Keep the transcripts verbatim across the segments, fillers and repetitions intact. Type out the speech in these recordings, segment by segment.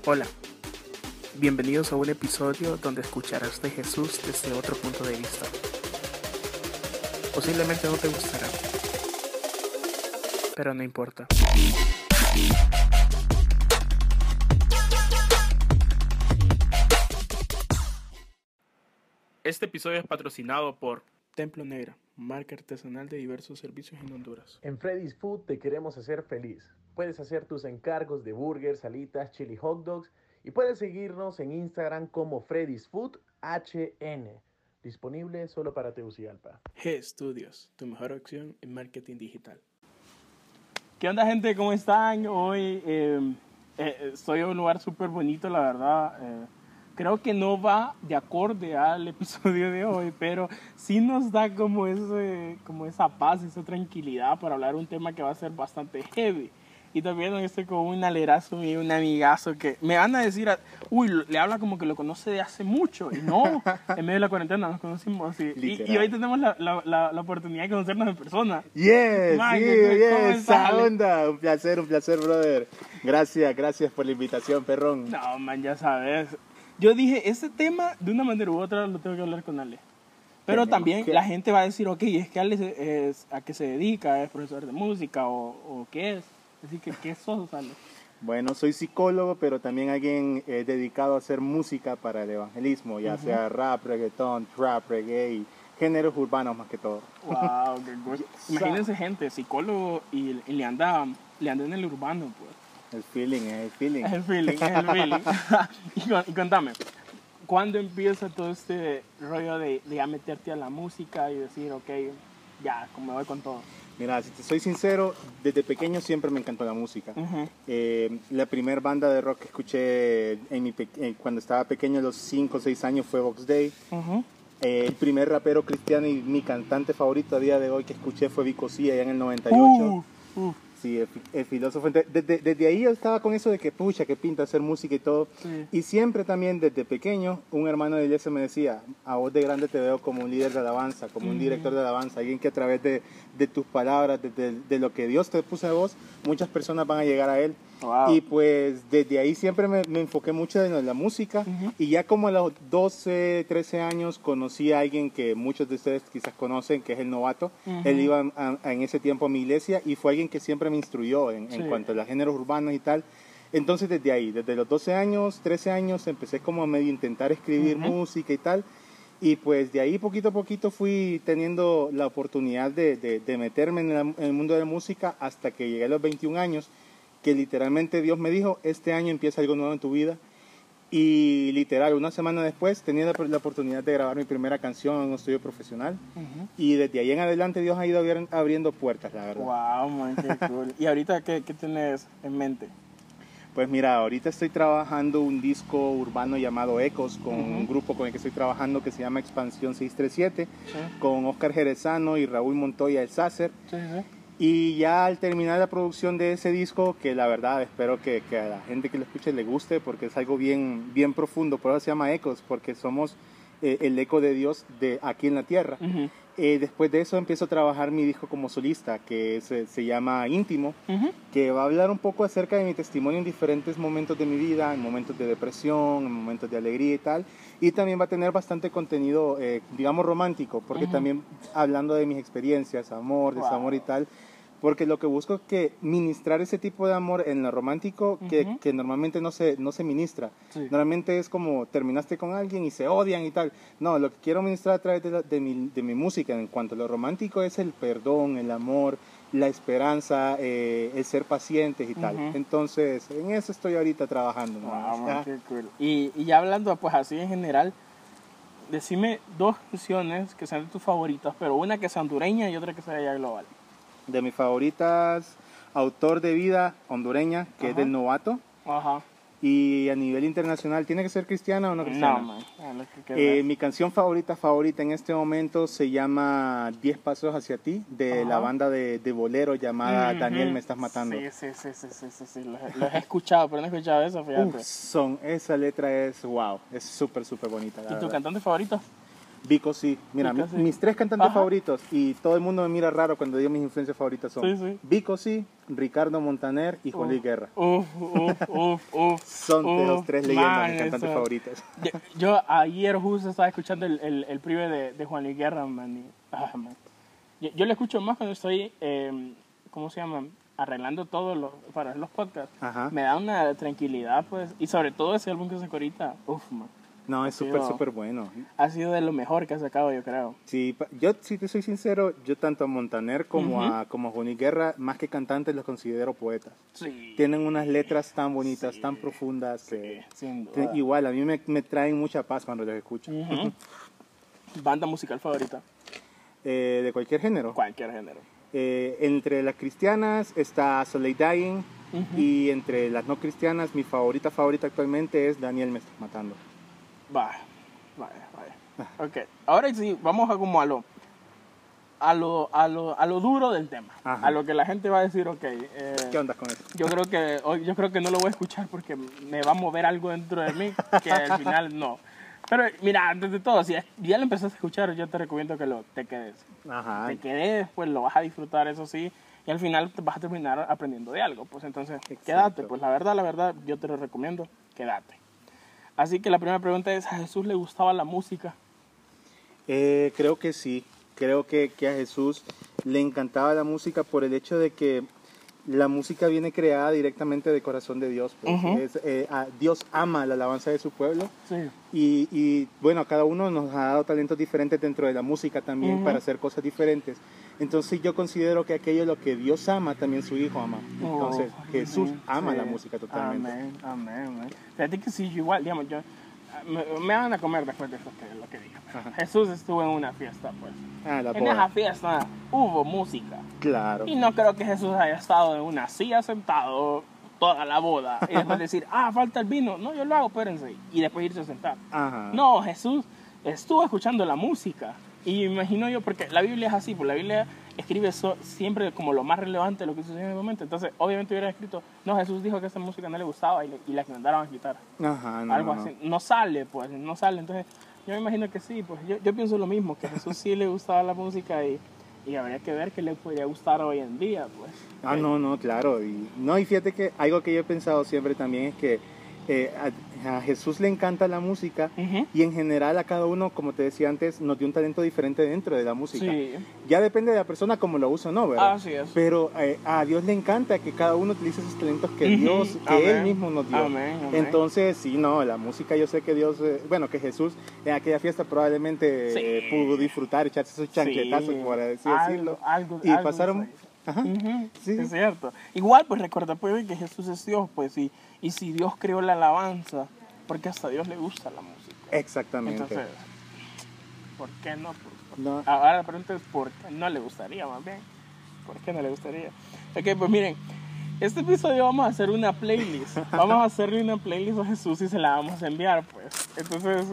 Hola, bienvenidos a un episodio donde escucharás de Jesús desde otro punto de vista. Posiblemente no te gustará, pero no importa. Este episodio es patrocinado por Templo Negra, marca artesanal de diversos servicios en Honduras. En Freddy's Food te queremos hacer feliz. Puedes hacer tus encargos de burgers, salitas, chili hot dogs y puedes seguirnos en Instagram como Freddy's Food H N. Disponible solo para Tegucigalpa. G Studios, tu mejor opción en marketing digital. ¿Qué onda, gente? ¿Cómo están? Hoy eh, eh, estoy en un lugar súper bonito, la verdad. Eh, creo que no va de acorde al episodio de hoy, pero sí nos da como, ese, como esa paz, esa tranquilidad para hablar un tema que va a ser bastante heavy. Y también estoy con un alerazo mío, un amigazo que me van a decir, uy, le habla como que lo conoce de hace mucho. Y no, en medio de la cuarentena nos conocimos. Y, y, y hoy tenemos la, la, la, la oportunidad de conocernos en persona. Yes, Man, sí, ¿cómo yes, estás, esa onda. Un placer, un placer, brother. Gracias, gracias por la invitación, perrón. No, man, ya sabes. Yo dije, ese tema, de una manera u otra, lo tengo que hablar con Ale. Pero Tenemos también que- la gente va a decir, ok, es que Ale se- es, a qué se dedica, es profesor de música o, o qué es. Así que, ¿qué sos, Ale? Bueno, soy psicólogo, pero también alguien eh, dedicado a hacer música para el evangelismo, ya Ujú. sea rap, reggaetón, trap, reggae, y géneros urbanos más que todo. Wow, qué cosa. Imagínense gente, psicólogo y, y le anda le anda en el urbano, pues. El feeling, es el feeling. Es el feeling, es el feeling. y, con- y contame, ¿cuándo empieza todo este rollo de, de ya meterte a la música y decir, ok, ya, como me voy con todo? Mira, si te soy sincero, desde pequeño siempre me encantó la música. Ujú. Eh, la primera banda de rock que escuché en mi pe- eh, cuando estaba pequeño, a los cinco o seis años, fue Box Day. Ujú. Eh, el primer rapero cristiano y mi cantante favorito a día de hoy que escuché fue Vico C, allá en el noventa y ocho. Uf, uf, Sí, el, fi- el filósofo. Ente- Desde, desde ahí yo estaba con eso de que, pucha, que pinta hacer música y todo. sí. Y siempre también, desde pequeño, un hermano de la iglesia me decía, a vos de grande te veo como un líder de alabanza, como un Ujú. director de alabanza, alguien que a través de, de tus palabras, de, de- de lo que Dios te puso de vos, muchas personas van a llegar a Él. Wow. Y pues desde ahí siempre me, me enfoqué mucho en la música. Ujú. Y ya como a los doce, trece años conocí a alguien que muchos de ustedes quizás conocen, que es el Novato. Ujú. Él iba a- a- en ese tiempo a mi iglesia y fue alguien que siempre me instruyó en, en Sí. cuanto a los géneros urbanos y tal. Entonces desde ahí, desde los doce años, trece años, empecé como a medio intentar escribir Ujú. música y tal. Y pues de ahí poquito a poquito fui teniendo la oportunidad de, de- de meterme en, la- en el mundo de la música hasta que llegué a los veintiún años, que literalmente Dios me dijo, este año empieza algo nuevo en tu vida. Y literal, una semana después tenía la, la oportunidad de grabar mi primera canción en un estudio profesional. Ujú. Y desde ahí en adelante Dios ha ido abri- abriendo puertas, la verdad. Wow, man, qué cool. ¿Y ahorita qué, qué tienes en mente? Pues mira, ahorita estoy trabajando un disco urbano llamado Ecos con Ujú. un grupo con el que estoy trabajando que se llama Expansión seiscientos treinta y siete, Sí, con Oscar Jerezano y Raúl Montoya el Sácer. sí, sí. Y ya al terminar la producción de ese disco, que la verdad espero que, que a la gente que lo escuche le guste, porque es algo bien, bien profundo, por eso se llama Ecos, porque somos eh, el eco de Dios de aquí en la tierra. Ujú. Eh, después de eso empiezo a trabajar mi disco como solista, que se, se llama Íntimo, Ujú. que va a hablar un poco acerca de mi testimonio en diferentes momentos de mi vida, en momentos de depresión, en momentos de alegría y tal, y también va a tener bastante contenido, eh, digamos, romántico, porque Ujú. también hablando de mis experiencias, amor, Wow. desamor y tal, porque lo que busco es que ministrar ese tipo de amor en lo romántico que, Ujú. que normalmente no se, no se ministra. Sí. Normalmente es como terminaste con alguien y se odian y tal. No, lo que quiero ministrar a través de, la- de, mi, de mi música en cuanto a lo romántico es el perdón, el amor, la esperanza, eh, el ser pacientes y tal. Ujú. Entonces, en eso estoy ahorita trabajando. Wow, nomás. man, Ah, qué cool. Y, y ya hablando pues así en general, decime dos canciones que sean tus favoritas, pero una que sea hondureña y otra que sea ya global. De mis favoritas, autor de vida hondureña, que es Ajá. del Novato. Ajá. Y a nivel internacional, ¿tiene que ser cristiana o no cristiana? No, man. Ah, lo que Eh, quieras. mi canción favorita, favorita en este momento se llama Diez Pasos Hacia Ti, de Ajá. la banda de, de bolero llamada Ujú. Daniel Me Estás Matando. Sí, sí, sí, sí, sí, sí, sí. Los, he- los he escuchado, pero no he escuchado eso, fíjate. Uf, son, esa letra es wow, es súper, súper bonita. la ¿Y tu verdad. cantante favorito? Vico sí. Mira, Vico, mi- sí. mis tres cantantes Ajá. favoritos, y todo el mundo me mira raro cuando digo mis influencias favoritas son Sí, sí. Vico sí, Ricardo Montaner y Juan Luis Uf, Guerra. Uf, uf, uf, uf. Son de los uf, tres leyendas, man, mis cantantes eso. favoritos. Yo, yo ayer justo estaba escuchando el, el, el prive de, de Juan Luis Guerra, man. y- ah, man. Yo, yo lo escucho más cuando estoy, eh, ¿cómo se llama? Arreglando todo lo, para los podcasts. Ajá. Me da una tranquilidad, pues. Y sobre todo ese álbum que sacó ahorita, uf, man. No, es Sí, súper, no. súper bueno. Ha sido de lo mejor que ha sacado, yo creo. Sí, pa- yo si te soy sincero, yo tanto a Montaner como, Ujú. a, como a Juan Luis Guerra, más que cantantes, los considero poetas. Sí. Tienen unas letras tan bonitas, Sí. tan profundas, que Sin que duda. igual a mí me, me traen mucha paz cuando los escucho. Ujú. Banda musical favorita, Eh, de cualquier género. cualquier género. Eh, entre las cristianas está Soleil Dying, Ujú. y entre las no cristianas mi favorita favorita actualmente es Daniel Me Estás Matando. Vaya, vaya, vaya. Ok, ahora sí, vamos a como a lo, a lo, a lo, a lo duro del tema. Ajá. A lo que la gente va a decir, ok, eh, ¿Qué onda con eso? yo creo que hoy, yo creo que no lo voy a escuchar porque me va a mover algo dentro de mí que al final no. Pero mira, antes de todo, si ya lo empezaste a escuchar, yo te recomiendo que lo, te quedes. Ajá. Te quedes, pues lo vas a disfrutar, eso sí, y al final te vas a terminar aprendiendo de algo. Pues entonces, Exacto. quédate, pues la verdad, la verdad, yo te lo recomiendo, quédate. Así que la primera pregunta es, ¿a Jesús le gustaba la música? Eh, creo que sí. Creo que, que a Jesús le encantaba la música por el hecho de que la música viene creada directamente del corazón de Dios. Pues. Ujú. Es, eh, a- Dios ama la alabanza de su pueblo. Sí. Y, y, bueno, a cada uno nos ha dado talentos diferentes dentro de la música también, Ujú. para hacer cosas diferentes. Entonces yo considero que aquello lo que Dios ama, también su Hijo ama. Entonces Oh, Jesús amén. ama Sí. la música totalmente. Amén, amén, amén. Fíjate que sí, yo igual, digamos, yo, me, me van a comer después de eso que, lo que dije. Ajá. Jesús estuvo en una fiesta, pues. Ah, la En boda. esa fiesta hubo música. Claro. Y no creo que Jesús haya estado en una silla sentado toda la boda y después decir, ah, falta el vino. No, yo lo hago, espérense. Y después irse a sentar. Ajá. No, Jesús estuvo escuchando la música. Y me imagino yo, porque la Biblia es así, pues la Biblia escribe so- siempre como lo más relevante de lo que sucede en el momento. Entonces, obviamente hubiera escrito, no, Jesús dijo que esta música no le gustaba y, le, y la mandaron a quitar. Ajá, no, Algo no, no. así. No sale, pues, no sale. Entonces, yo me imagino que sí, pues yo, yo pienso lo mismo, que a Jesús sí le gustaba la música y, y habría que ver qué le podría gustar hoy en día, pues. Ah, no, no, claro. Y, no, y fíjate que algo que yo he pensado siempre también es que eh, a, a Jesús le encanta la música, Ujú. y en general a cada uno, como te decía antes, nos dio un talento diferente dentro de la música. Sí. Ya depende de la persona como lo usa o no, ¿verdad? Así es. Pero eh, a Dios le encanta que cada uno utilice esos talentos que Ujú. Dios, que Amén. Él mismo nos dio. Amén, amén. Entonces, sí, no, la música yo sé que Dios, eh, bueno, que Jesús en aquella fiesta probablemente Sí. eh, pudo disfrutar, echarse esos chancletazos, Sí. por así Algo- decirlo. algo- y algo pasaron... sí. Ajá. Ujú, Sí. Es cierto. Igual, pues recuerda pues, que Jesús es Dios, pues, y, y si Dios creó la alabanza, porque hasta a Dios le gusta la música. Exactamente. Entonces, ¿por qué no? Por- por- No. Ahora la pregunta es, ¿por qué no le gustaría, más bien? ¿Por qué no le gustaría? Ok, pues miren, este episodio vamos a hacer una playlist. Vamos a hacerle una playlist a Jesús y se la vamos a enviar, pues. Entonces,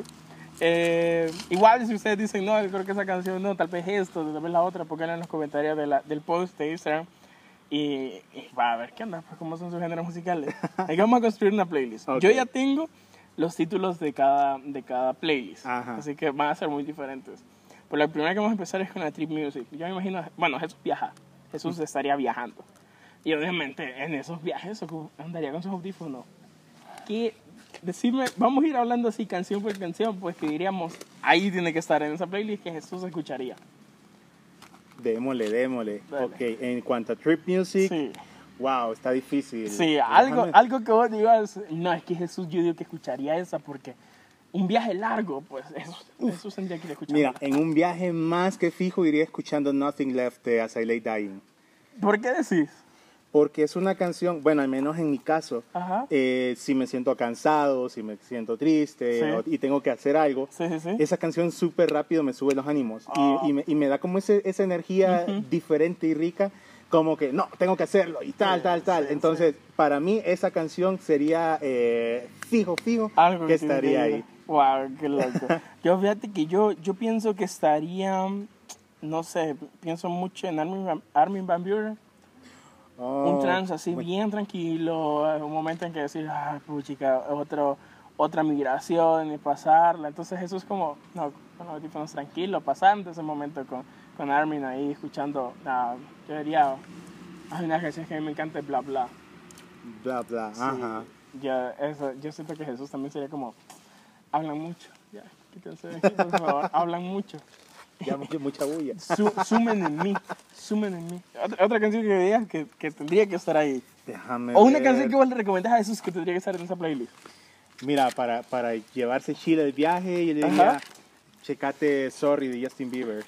eh, igual si ustedes dicen, no, yo creo que esa canción no, tal vez esto, tal vez la otra, pónganla en los comentarios de la, del post de Instagram. Y, y va a ver qué onda, pues cómo son sus géneros musicales. Ahí vamos a construir una playlist. Ok. Yo ya tengo los títulos de cada, de cada playlist. Ajá. Así que van a ser muy diferentes. Pues la primera que vamos a empezar es con la Trip Music. Yo me imagino, bueno, Jesús viaja. Jesús estaría viajando. Y obviamente en esos viajes andaría con sus audífonos. Que decirme, vamos a ir hablando así canción por canción, pues que diríamos, ahí tiene que estar en esa playlist que Jesús escucharía. Démosle, démosle. Dale. Ok, en cuanto a trip music, Sí. wow, está difícil. Sí, algo, Déjame- algo que vos digas, no, es que Jesús, yo digo que escucharía esa porque un viaje largo, pues Jesús, Jesús tendría que ir escuchando. Mira, en un viaje más que fijo iría escuchando Nothing Left de As I Lay Dying. ¿Por qué decís? Porque es una canción, bueno, al menos en mi caso, Ajá. eh, si me siento cansado, si me siento triste Sí. o- y tengo que hacer algo, Sí, sí, sí. esa canción súper rápido me sube los ánimos y- Ah. y, me, y me da como ese, esa energía Ujú. diferente y rica, como que no, tengo que hacerlo y tal, Sí, tal, tal. sí, Entonces, para mí esa canción sería eh, fijo, fijo, Algo que tiene estaría ir. ahí. Wow, qué loco. Yo fíjate que yo, yo pienso que estaría, no sé, pienso mucho en Armin Van, Armin Van Buuren. Oh, Un trance así bueno. bien tranquilo, un momento en que decir, ah, puchica, otro, otra migración y pasarla. Entonces eso es como, no, con los audífonos tranquilos, pasando ese momento con, con Armin ahí escuchando, uh, yo diría, hay una canción que a mí me encanta, Bla Bla. Bla, bla, Sí, ajá. yo, eso, yo siento que Jesús también sería como, hablan mucho, ya, quítense de aquí, por favor, hablan mucho. Ya mucha, mucha bulla. Su, sumen en mí, sumen en mí. Otra, otra canción que digas que, que tendría que estar ahí. Déjame O una ver. canción que vos le recomendás a Jesús que tendría que estar en esa playlist. Mira, para, para llevarse Chile el viaje, yo le Ajá. diría, checate Sorry de Justin Bieber.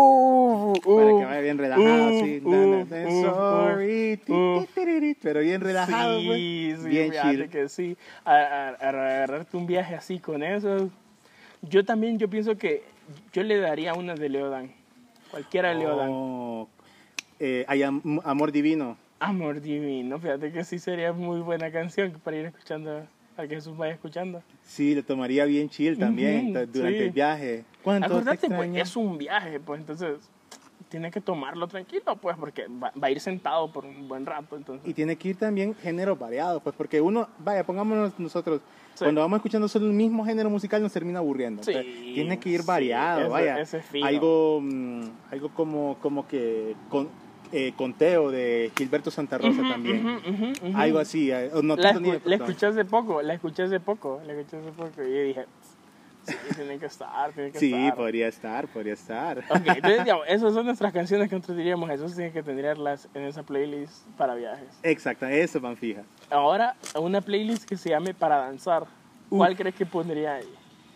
Uh, uh, Para que vaya bien relajado, uh, así. uh, Na, na, na, uh, sorry, ti, uh. ti, ti, ti, pero bien relajado, sí, pues. sí, Bien fíjate chill. que sí. A, a- a agarrarte un viaje así con eso. Yo también, yo pienso que yo le daría una de Leodan. Cualquiera de Leodan. Oh, eh, hay am- amor divino. Amor divino. Fíjate que sí sería muy buena canción para ir escuchando, para que Jesús vaya escuchando. Sí, lo tomaría bien chill también Ujú, ta- durante sí. el viaje. ¿Cuánto te Acordate, pues, extraño? es un viaje, pues, entonces tiene que tomarlo tranquilo, pues, porque va, va a ir sentado por un buen rato, entonces. Y tiene que ir también géneros variados, pues porque uno, vaya, pongámonos nosotros, Sí. cuando vamos escuchando solo el mismo género musical nos termina aburriendo. Sí, Entonces, tiene que ir sí, variado, ese- vaya. ese es fino. Algo, mm, algo como, como que con, eh, Conteo de Gilberto Santa Rosa Ujú, también. ujú, ujú, ujú. Algo así. eh, o No La, tanto ni escu- de- la perdón. escuché hace poco, la escuché hace poco, la escuché hace poco y yo dije, sí, tiene que estar, tiene que Sí, estar. podría estar, podría estar. Ok, entonces, digamos, esas son nuestras canciones que nosotros diríamos, Jesús tiene que tenerlas en esa playlist para viajes. Exacto, eso, van fija. Ahora, una playlist que se llame Para Danzar, ¿cuál crees que pondría ahí?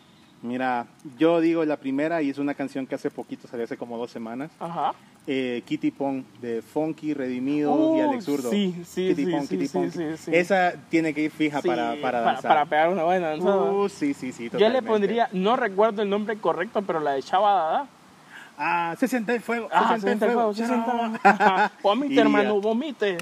Mira, yo digo la primera y es una canción que hace poquito salió hace como dos semanas. Ajá. Eh, Kitty Pong de Funky, Redimido Uh, y Alex Zurdo. sí, sí, Kitty sí, Pong, sí, Kitty sí, Pong. sí, sí. Esa tiene que ir fija Sí, para, para danzar. para pegar una buena danzada. Uh, sí, sí, sí. Yo le totalmente. pondría, no recuerdo el nombre correcto, pero la de Chava Dada. Ah, se siente el fuego. Ah, se siente el fuego. se siente el fuego. Vomite, Y ya. hermano, vomite.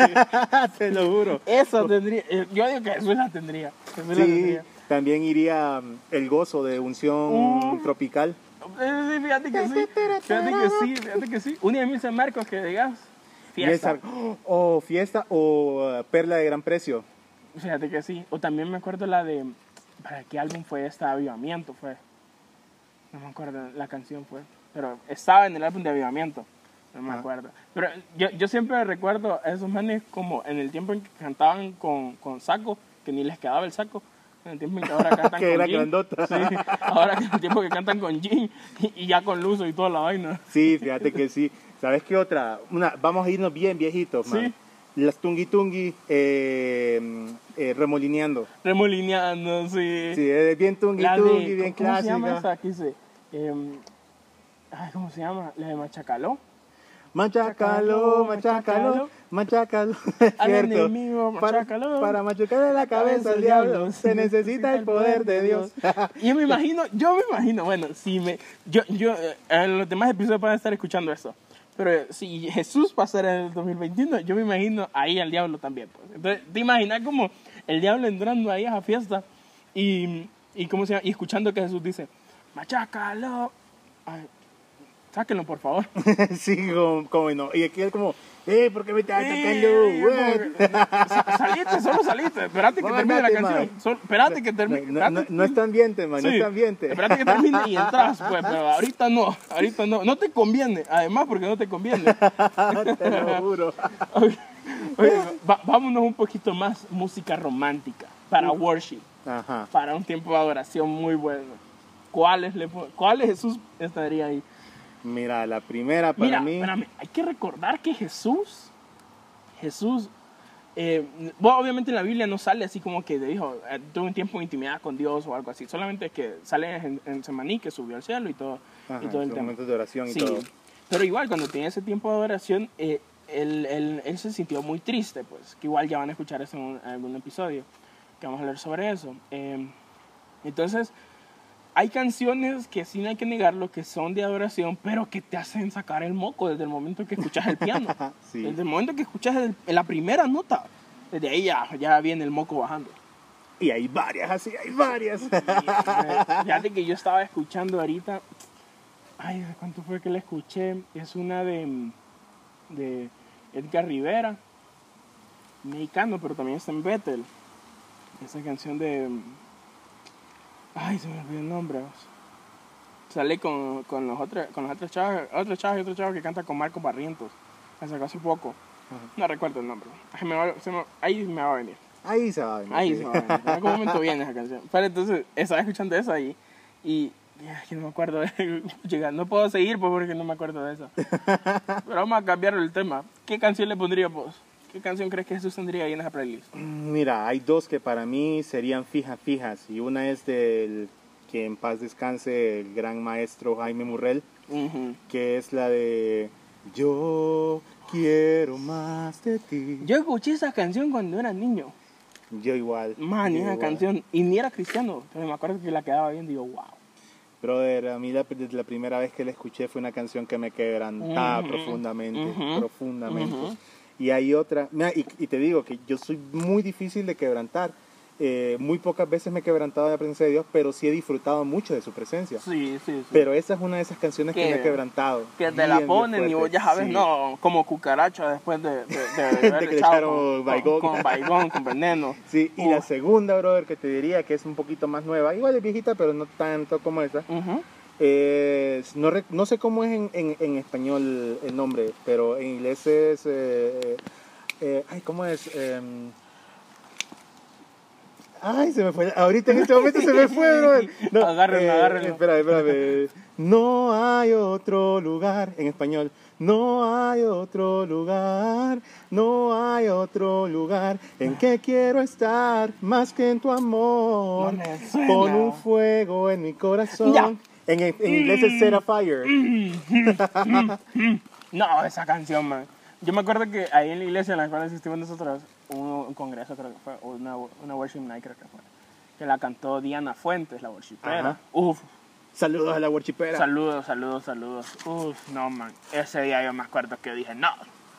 Te lo juro. Esa tendría, eh, yo digo que Jesús la tendría. Jesús la Sí, tendría. también iría mm, El Gozo de Unción Uh. Tropical. Eh, sí, fíjate que sí, fíjate que sí, fíjate que sí. Una de mis San Marcos que digas, fiesta. Fiesta. O Fiesta o uh, Perla de Gran Precio. Fíjate que sí. O también me acuerdo la de, ¿para qué álbum fue esta? Avivamiento fue. No me acuerdo la canción fue. Pero estaba en el álbum de Avivamiento. No me Ah. acuerdo. Pero yo, yo siempre recuerdo a esos manes como en el tiempo en que cantaban con, con saco, que ni les quedaba el saco. En el tiempo en que ahora cantan Que con era jean. grandota. Sí, ahora que en el tiempo que cantan con jean y, y ya con luzo y toda la vaina. Sí, fíjate que sí. ¿Sabes qué otra? Una, vamos a irnos bien viejitos, man. Sí. Las Tungi Tungi eh, eh, remolineando. Remolineando, sí. Sí, es bien Tungi La Tungi, de, bien ¿cómo se llama clásica. esa? Aquí dice, em, ay, ¿cómo se llama? La de Machacaló. Machacalo, machacalo, machacalo. Al Cierto. enemigo, Para, machacalo. para machucarle la cabeza al diablo se necesita el poder de Dios. Y yo me imagino, yo me imagino, bueno, si me, yo, yo, eh, en los demás episodios van a estar escuchando esto, pero eh, si Jesús pasara en el dos mil veintiuno, yo me imagino ahí al diablo también. Pues. Entonces, te imaginas como el diablo entrando ahí a esa fiesta y, y, ¿cómo se llama? Y escuchando que Jesús dice, machacalo. Ay, sáquenlo, por favor. Sí, como, como no. Y aquí él como, eh, ¿por qué me estás atacando? Eh, güey? sa- Saliste, solo saliste. Espérate que Vos termine la andate, canción. man. Sol- espérate que termine. No, no, no está ambiente, man, no Sí. está ambiente. Espérate que termine y entras, pues, pero ahorita no, ahorita no. No te conviene, además porque no te conviene. Te lo juro. Oye, oye, va- vámonos un poquito más música romántica para worship, Ajá. para un tiempo de adoración muy bueno. ¿Cuáles le pon- ¿Cuáles Jesús estaría ahí? Mira, la primera para Mira, mí. espérame, hay que recordar que Jesús, Jesús, eh, bueno, obviamente en la Biblia no sale así como que dijo, eh, tuvo un tiempo de intimidad con Dios o algo así, solamente es que sale en, en Semaní, que subió al cielo y todo, Ajá, y todo el son tema. momentos de oración y Sí, todo. pero igual cuando tenía ese tiempo de adoración, eh, él, él- él se sintió muy triste, pues, que igual ya van a escuchar eso en, un- en algún episodio, que vamos a hablar sobre eso. Eh, entonces, hay canciones que sí no hay que negarlo, que son de adoración, pero que te hacen sacar el moco desde el momento que escuchas el piano. Sí. Desde el momento que escuchas el- la primera nota, desde ahí ya, ya viene el moco bajando. Y hay varias así, hay varias. Y, eh, fíjate que yo estaba escuchando ahorita, ay, ¿de cuánto fue que la escuché? Es una de, de Edgar Rivera, mexicano, pero también está en Bethel. Esa canción de Ay, se me olvidó el nombre. Vos. Salí con, con los otros con los otros chavos, otros chavos y otros chavos que cantan con Marcos Barrientos. Me sacó hace poco. Ajá. No recuerdo el nombre. Ay, me va, se me, ahí me va a venir. Ahí se va a venir. Ahí sí. se va a venir. En algún momento viene esa canción. Pero entonces, estaba escuchando esa ahí. Y, y ay, que no me acuerdo de Llega, no puedo seguir pues, porque no me acuerdo de esa. Pero vamos a cambiar el tema. ¿Qué canción le pondrías vos? ¿Qué canción crees que Jesús tendría ahí en esa playlist? Mira, hay dos que para mí serían fijas, fijas. Y una es del que en paz descanse el gran maestro Jaime Murrell, Uh-huh. que es la de Yo quiero más de ti. Yo escuché esa canción cuando era niño. Yo igual. Man, yo esa igual. canción. Y ni era cristiano. Pero me acuerdo que la quedaba viendo y digo, wow. Brother, a mí la, desde la primera vez que la escuché fue una canción que me quebrantaba Ujú, profundamente, ujú, profundamente. ujú. Y hay otra, mira, y, y te digo que yo soy muy difícil de quebrantar. Eh, muy pocas veces me he quebrantado de la presencia de Dios, pero sí he disfrutado mucho de su presencia. Sí, sí, sí. Pero esa es una de esas canciones que Que- me he quebrantado. que te bien, la bien ponen y fuerte, vos ya sabes, sí. no, como cucaracha después de, de, de, De haber que le echado echaron con, baigón. Con, con baigón, con veneno. Sí, y la Uf. segunda, brother, que te diría que es un poquito más nueva, igual es viejita, pero no tanto como esa. Ujú. Es- no, re- no sé cómo es en, en- en español el nombre, pero en inglés es... eh, eh, ay, ¿cómo es? Em, ay, se me fue. Ahorita en este momento se me fue, bro. Agárrenlo, agárrenlo. Espera, espérame. No hay otro lugar, en español. No hay otro lugar, no hay otro lugar en que quiero estar más que en tu amor. No me suena. Pon un fuego en mi corazón. Ya. En, en inglés es Set a Fire. No, esa canción, man. Yo me acuerdo que ahí en la iglesia en la cual asistimos nosotros, un, un congreso creo que fue, o una, una worship night creo que fue, que la cantó Diana Fuentes, la worshipera. Ajá. Uf, Saludos a la worshipera. saludos, saludos, saludos. Uf, no, man. Ese día yo me acuerdo que dije, no,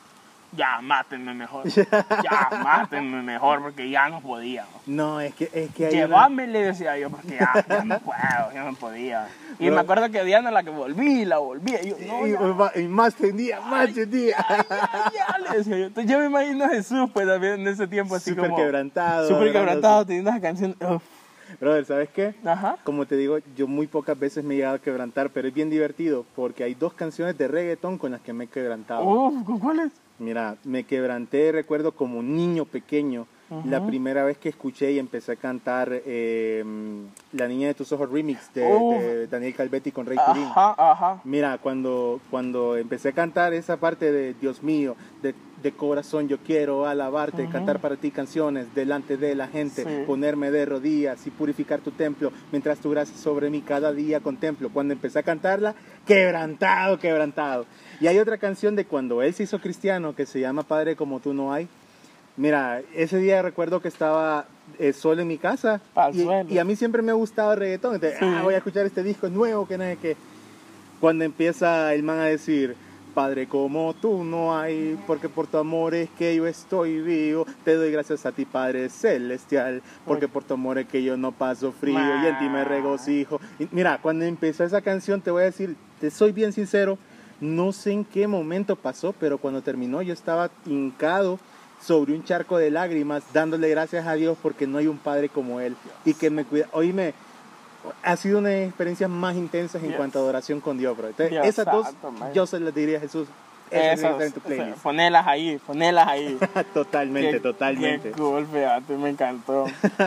ya mátenme mejor. Ya mátenme mejor porque ya no podía. No, es que, es que hay una- Llévame, le decía yo, porque ya, ya no puedo, ya no podía. Y Bro. me acuerdo que Diana la que volví, la volví. Y yo, no, y, ya, y más tendía, más tendía. ya, ya, le decía yo. Entonces yo me imagino a Jesús, pues también en ese tiempo así Súper como... quebrantado. Súper hablando quebrantado, así. teniendo esa canción. Uf. Brother, ¿sabes qué? Ajá. Como te digo, yo muy pocas veces me he llegado a quebrantar, pero es bien divertido porque hay dos canciones de reggaetón con las que me he quebrantado. Uf, ¿con cuáles? Mira, me quebranté, recuerdo como un niño pequeño, Ujú. la primera vez que escuché y empecé a cantar eh, La Niña de tus Ojos remix de, Uf. de Daniel Calvetti con Rey Turín. Ajá, ajá. Mira, cuando, cuando empecé a cantar esa parte de Dios mío, de, de corazón yo quiero alabarte, Ujú. cantar para ti canciones delante de la gente, Sí. ponerme de rodillas y purificar tu templo, mientras tu gracia sobre mí cada día contemplo. Cuando empecé a cantarla, quebrantado, quebrantado. Y hay otra canción de cuando él se hizo cristiano que se llama Padre como tú no hay. Mira, ese día recuerdo que estaba eh, solo en mi casa Pa'l y, suelo. y a mí siempre me ha gustado el reggaetón. Entonces, Sí. ah, voy a escuchar este disco es nuevo, que no sé qué. Cuando empieza el man a decir, Padre como tú no hay, porque por tu amor es que yo estoy vivo. Te doy gracias a ti, Padre celestial, porque por tu amor es que yo no paso frío y en ti me regocijo. Y mira, cuando empezó esa canción, te voy a decir, te soy bien sincero, no sé en qué momento pasó, pero cuando terminó yo estaba hincado sobre un charco de lágrimas, dándole gracias a Dios porque no hay un padre como él y que me cuida. Oíme, ha sido una de las experiencias más intensas en Yes. cuanto a adoración con Dios, bro. Entonces, Dios esas dos, santo, man. yo se las diría a Jesús. Esas Esas, están en tu playlist. ponelas ahí, ponelas ahí. Totalmente, Qué- totalmente. Qué cool, fíjate, me encantó.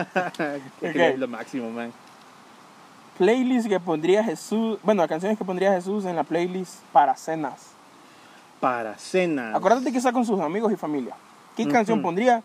Que Ok. es lo máximo, man. Playlist que pondría Jesús, bueno, canciones que pondría Jesús en la playlist para cenas. Para cenas. Acuérdate que está con sus amigos y familia. ¿Qué Ujú. canción pondría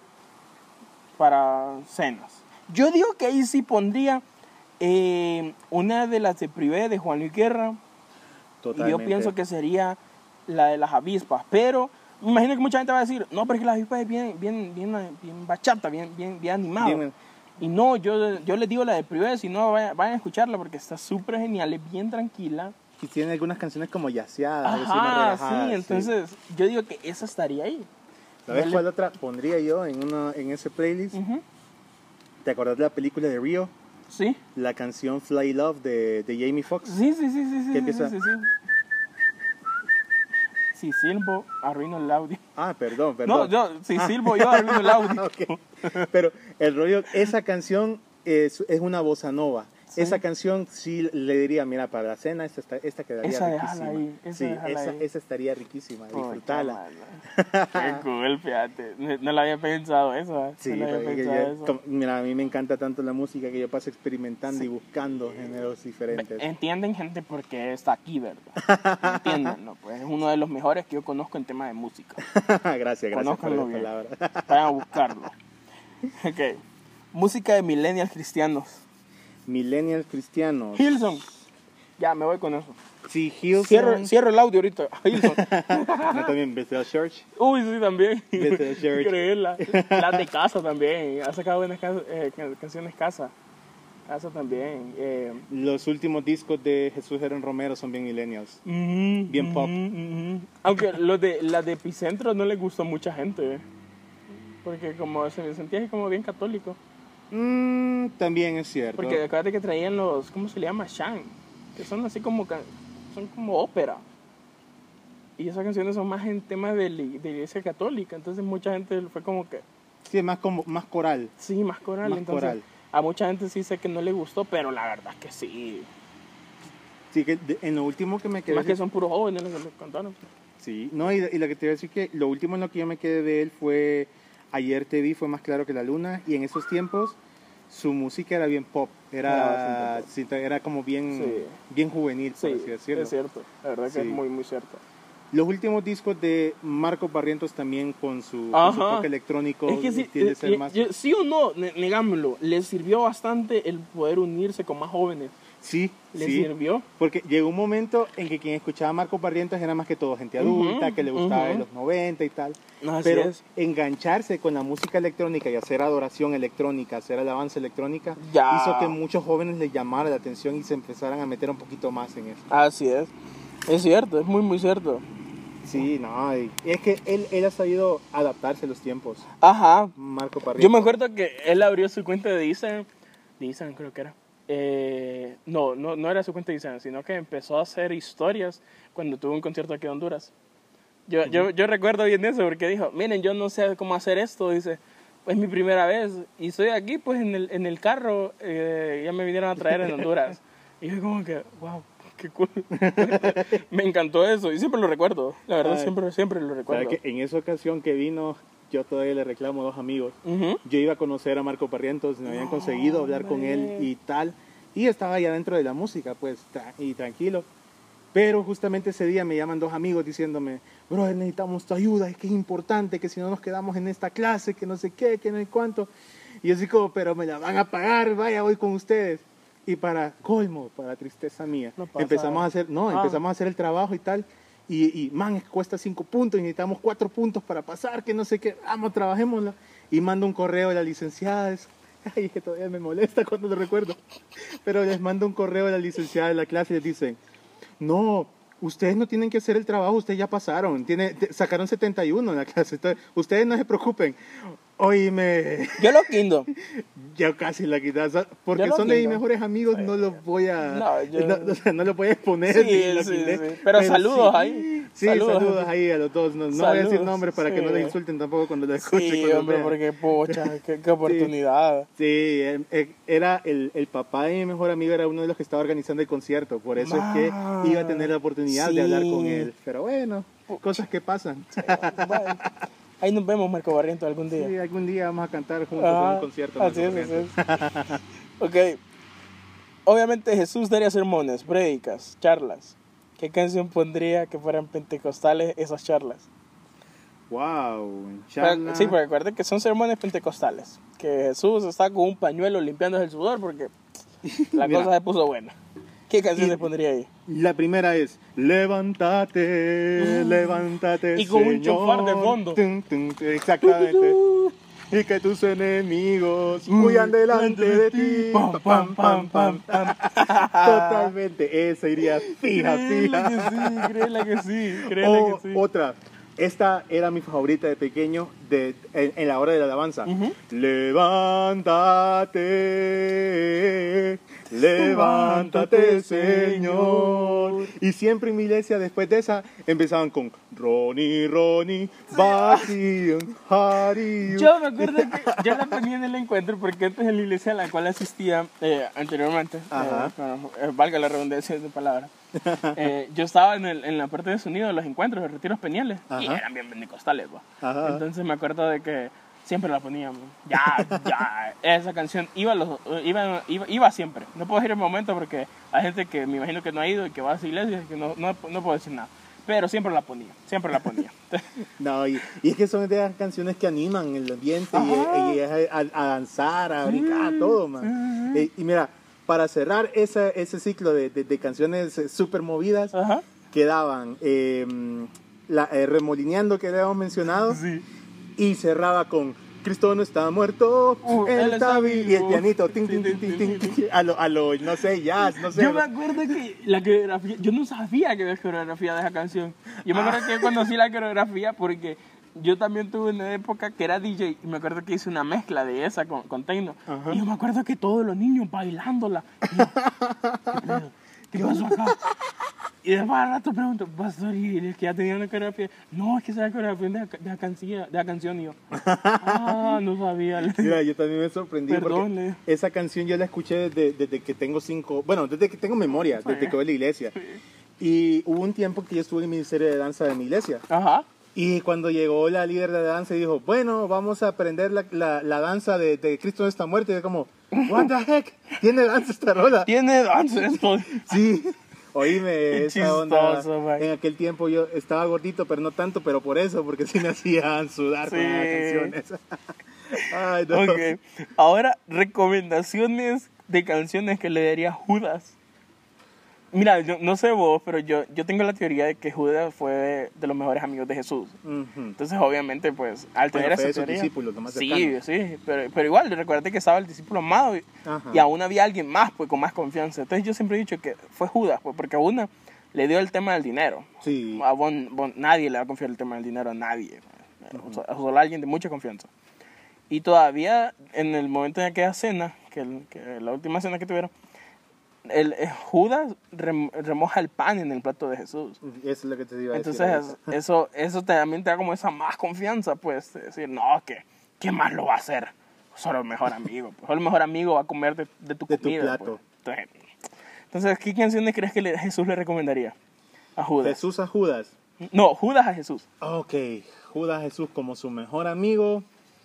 para cenas? Yo digo que ahí sí pondría eh, una de las de Privé de Juan Luis Guerra. Y Totalmente. yo pienso que sería la de las avispas. Pero me imagino que mucha gente va a decir, no, pero es que las avispas es bien, bien, bien, bien bachata, bien, bien, bien animado. Bien, Y no, yo, yo les digo la de Privé, si no, vayan, vayan a escucharla porque está súper genial, es bien tranquila. y tiene algunas canciones como yaceadas, así más Ajá, relajadas, sí, entonces yo digo que esa estaría ahí. ¿Sabes Dale. cuál otra pondría yo en, una, en ese playlist? Ujú. ¿Te acordás de la película de Rio? Sí, La canción Fly Love de, de Jamie Foxx. sí, sí, sí, sí, sí, ¿Qué sí, empieza? sí, sí. Si silbo, arruino el audio. Ah, perdón, No, perdón. yo, si Ah. silbo, yo arruino el audio. Ok. Pero el rollo, esa canción es, es una bossa nova. Sí. Esa canción sí le diría, mira, para la cena esta, está- esta quedaría Esa riquísima. déjala ahí, esa sí, déjala esa, ahí. esa estaría riquísima, Oh, disfrutala. qué malo. Qué cool, fíjate. No, no lo había pensado eso. ¿eh? Sí, no lo había porque pensado yo- eso. como- mira, a mí me encanta tanto la música que yo paso experimentando y buscando géneros diferentes. Entienden, gente, por qué está aquí, ¿verdad? Entienden, ¿no? Pues es uno de los mejores que yo conozco en tema de música. gracias, gracias por Conózcanlo esa bien. palabra. Vayan a buscarlo. Ok. Música de millennials cristianos. Millennials cristianos. Hillsong. Ya, me voy con eso. Sí, Hillsong. Cierro, cierro el audio ahorita. Hillsong. Yo también, Bethel Church. Uy, sí, también. Bethel Church. Increíble. Las de Casa también. Ha sacado buenas ca- eh, can- canciones Casa. Casa también. Eh, Los últimos discos de Jesús Aaron Romero son bien millennials. ujú, Bien pop. ujú, ujú. Aunque los de, las de Epicentro no les gustó a mucha gente. Porque como se sentía así como bien católico. Mm, también es cierto. Porque acuérdate que traían los, ¿cómo se le llama? Shang. Que son así como, ca- son como ópera. Y esas canciones son más en temas de, la- de la iglesia católica. Entonces mucha gente fue como que, Sí, es más, como, más coral. sí, más coral. Más Entonces coral. a mucha gente sí sé que no le gustó, pero la verdad es que sí. Sí, que de- en lo último que me quedé... Más que son puros jóvenes los que lo cantaron. Sí, no, y, y lo que te iba a decir que lo último en lo que yo me quedé de él fue Ayer te vi, fue más claro que la luna, y en esos tiempos su música era bien pop, Era era, bastante sí, era como bien, Sí. bien juvenil, por Sí, así decirlo. es cierto. La verdad que Sí. es muy, muy cierto. Los últimos discos de Marcos Barrientos también con su, con su Ajá. toque electrónico Es que sí, tiende a eh, ser eh, más... yo- sí o no, ne- negámoslo, les sirvió bastante el poder unirse con más jóvenes. Sí, Les sí. sirvió. Porque llegó un momento en que quien escuchaba a Marcos Barrientos era más que todo gente adulta, Ujú, que le gustaba de ujú. los noventa y tal. Así Pero es. engancharse con la música electrónica y hacer adoración electrónica, hacer alabanza electrónica, Ya. hizo que muchos jóvenes les llamara la atención y se empezaran a meter un poquito más en eso. Así es. Es cierto, es muy, muy cierto. Sí, no, y es que él, él ha sabido adaptarse a los tiempos. Ajá. Marco Barrientos. Yo me acuerdo que él abrió su cuenta de Instagram. De Instagram creo que era. Eh, no, no, no era su cuenta de Instagram, sino que empezó a hacer historias cuando tuvo un concierto aquí en Honduras. Yo, yo, yo recuerdo bien eso porque dijo, miren, yo no sé cómo hacer esto, dice, es mi primera vez y estoy aquí pues en el, en el carro, eh, ya me vinieron a traer en Honduras. Y yo como que, wow, qué cool. Me encantó eso y siempre lo recuerdo, la verdad Ay. siempre, siempre lo ¿Sabe recuerdo. que en esa ocasión que vino, yo todavía le reclamo a dos amigos. Ujú. Yo iba a conocer a Marco Barrientos, me habían No, conseguido hablar con él hombre. y tal. Y estaba ya dentro de la música, pues, tra- y tranquilo. Pero justamente ese día me llaman dos amigos diciéndome, bro, necesitamos tu ayuda, es que es importante, que si no nos quedamos en esta clase, que no sé qué, que no sé cuánto. Y yo así como, pero me la van a pagar, vaya, voy con ustedes. Y para colmo, para tristeza mía, No pasa. empezamos a hacer, no, Ah. empezamos a hacer el trabajo y tal. Y, y man, es que cuesta cinco puntos y necesitamos cuatro puntos para pasar, que no sé qué, vamos, trabajémosla. Y mando un correo a la licenciada, es- ay, que todavía me molesta cuando lo recuerdo. Pero les mando un correo a la licenciada de la clase y les dicen, no, ustedes no tienen que hacer el trabajo, ustedes ya pasaron, tiene, te- sacaron setenta y uno en la clase, entonces ustedes no se preocupen. Oíme, Yo lo quindo. ya casi la quitas, porque Yo lo son de mis quito. mejores amigos, no los voy a, No, yo- no, o sea, no los voy a exponer. Sí, ni lo sí, quité, sí. Pero saludos sí. ahí. Sí, Saludos. saludos, ahí a los dos, no, no voy a decir Saludos, nombres para que no sí. les insulten tampoco cuando lo escuchen. Sí, cuando hombre, vean. porque pocha, qué, qué oportunidad. Sí, eh, eh, era el, el papá de mi mejor amigo, era uno de los que estaba organizando el concierto, por eso es que Ma, iba a tener la oportunidad de hablar con sí. él. Pero bueno, cosas que pasan. Bueno, ahí nos vemos, Marco Barrientos, algún día. Sí, algún día vamos a cantar juntos en Ah, un concierto. así es, Marco así Barrientos. es. Ok. Obviamente Jesús daría sermones, prédicas, charlas. ¿Qué canción pondría que fueran pentecostales esas charlas? Wow, Pero- Sí, porque recuerden que son sermones pentecostales. Que Jesús está con un pañuelo limpiándose el sudor porque la Mira. cosa se puso buena. ¿Qué canción Y- se pondría ahí? La primera es levántate, levántate. Y con un Señor. chofar de fondo. Tun, tun, tun, exactamente. Y que tus enemigos huyan delante de ti. Pam, pam, pam, pam, pam. Totalmente, esa iría fija, Créele fija. que sí, créele que sí, créele O que sí. otra, esta era mi favorita de pequeño de, en, en la hora de la alabanza. Ujú. Levántate, levántate, Señor. Y siempre en mi iglesia, después de esa, empezaban con Ronnie, Ronnie, Baki, Hari. Yo me acuerdo que yo la ponía en el encuentro porque antes en la iglesia a la cual asistía eh, anteriormente, Ajá. eh, bueno, eh, valga la redundancia de palabra, eh, yo estaba en, el, en la parte de sonido de los encuentros, de retiros peniales, y Ajá. eran bien pentecostales, ¿va? Ajá. Entonces me acuerdo de que siempre la poníamos. Ya, ya, esa canción iba, los, iba, iba, iba siempre. No puedo decir el momento porque hay gente que me imagino que no ha ido y que va a esa iglesia y que no, no, no puedo decir nada. Pero siempre la ponía, siempre la ponía. No, y, y es que son de las canciones que animan el ambiente y, y es a, a danzar, a brincar, todo, man. Y, y mira, para cerrar esa, ese ciclo de, de, de canciones súper movidas, Ajá. quedaban eh, la, eh, Remolineando, que habíamos mencionado, Sí. y cerraba con Cristo no está muerto, Uh, él, él está está vivo. vivo. Y el pianito, tin, tin, Tin, tin, tin, tin, tin, tin, a lo, a lo, no sé, jazz, no sé. Yo me acuerdo que la coreografía, yo no sabía que había coreografía de esa canción. Yo me acuerdo que conocí la coreografía porque yo también tuve una época que era D J y me acuerdo que hice una mezcla de esa con, con techno. Ajá. Y yo me acuerdo que todos los niños bailándola. Y yo, ¿qué pedo? ¿Qué pasó acá? Y después al rato pregunto, pastor, ¿y es que ya tenía una coreografía? No, es que esa es la coreografía de la, de la canción, de la canción. Y yo, ah, no sabía. Mira, yo también me sorprendí Perdón, porque le- esa canción yo la escuché desde, desde que tengo cinco, bueno, desde que tengo memoria, desde que voy a la iglesia. Y hubo un tiempo que yo estuve en el ministerio de danza de mi iglesia. Ajá. Y cuando llegó la líder de danza y dijo, bueno, vamos a aprender la, la, la danza de, de Cristo no está muerto. Y yo como, what the heck, ¿tiene danza esta rola? Tiene danza esto. Sí, oíme, esa Chistoso, onda. man. En aquel tiempo yo estaba gordito, pero no tanto, pero por eso, porque sí me hacían sudar Sí. con las canciones. Ay, no. Ok, ahora recomendaciones de canciones que le daría Judas. Mira, yo, no sé vos, pero yo, yo tengo la teoría de que Judas fue de los mejores amigos de Jesús. Ujú. Entonces, obviamente, pues, al tener Bueno, fue esa de sus teoría... discípulos, lo más sí, cercano. sí, pero, pero igual, recuerda que estaba el discípulo amado y, Ajá. y aún había alguien más, pues, con más confianza. Entonces, yo siempre he dicho que fue Judas, pues, porque a una le dio el tema del dinero. Sí. A vos- vos- nadie le va a confiar el tema del dinero a nadie. Uh-huh. So- Solo a alguien de mucha confianza. Y todavía, en el momento de aquella cena, que, el- que la última cena que tuvieron, el, el Judas rem- remoja el pan en el plato de Jesús. Eso es lo que te iba a decir. Entonces, eso, eso también te da como esa más confianza, pues, de decir, no, que ¿qué más lo va a hacer? Solo el mejor amigo. Pues, solo el mejor amigo va a comer de, de tu De tu comida. plato. Pues. Entonces, entonces, ¿qué canciones crees que le- Jesús le recomendaría a Judas? Jesús a Judas. No, Judas a Jesús. Ok, Judas a Jesús como su mejor amigo.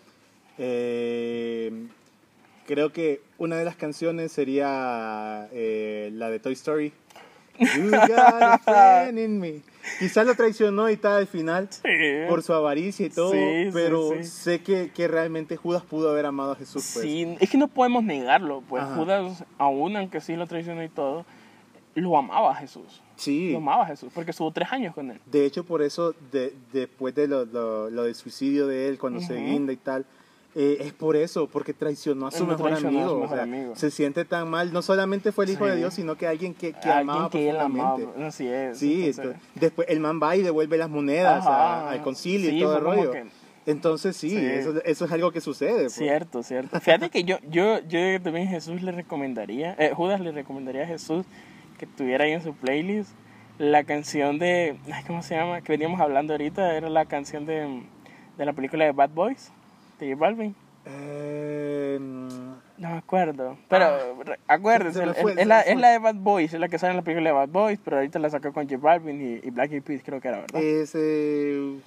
Eh, creo que una de las canciones sería eh, la de Toy Story. You got a friend in me. Quizás lo traicionó y está al final Sí. por su avaricia y todo, Sí, sí, pero sí. sé que, que realmente Judas pudo haber amado a Jesús. Pues. Sí, es que no podemos negarlo, pues Ajá. Judas, aún aunque sí lo traicionó y todo, lo amaba a Jesús. Sí. Lo amaba a Jesús, porque estuvo tres años con él. De hecho, por eso, de, después de lo, lo, lo del suicidio de él, cuando se Ujú. guinda y tal, eh, es por eso, porque traicionó a su Él mejor traicionó a amigo. su o mejor sea, amigo. se siente tan mal. No solamente fue el hijo Sí. de Dios, sino que alguien que, que Alguien amaba que él amaba, profundamente. así es. Sí, entonces- entonces, después el man va y devuelve las monedas Ajá. a- al concilio Sí, y todo el fue como rollo. que- Entonces sí, Sí. Eso, eso es algo que sucede. pues. Cierto, cierto. Fíjate que yo, yo, yo también Jesús le recomendaría, eh, Judas le recomendaría a Jesús que tuviera ahí en su playlist la canción de, ay, ¿cómo se llama? Que veníamos hablando ahorita, era la canción de, de la película de Bad Boys, de J Balvin. Eh, No me acuerdo, pero re- se acuérdense, me es, fue, es se la, me fue. es la de Bad Boys, es la que sale en la película de Bad Boys, pero ahorita la sacó con J Balvin y, y Black Eyed Peas, creo que era, ¿verdad? ese...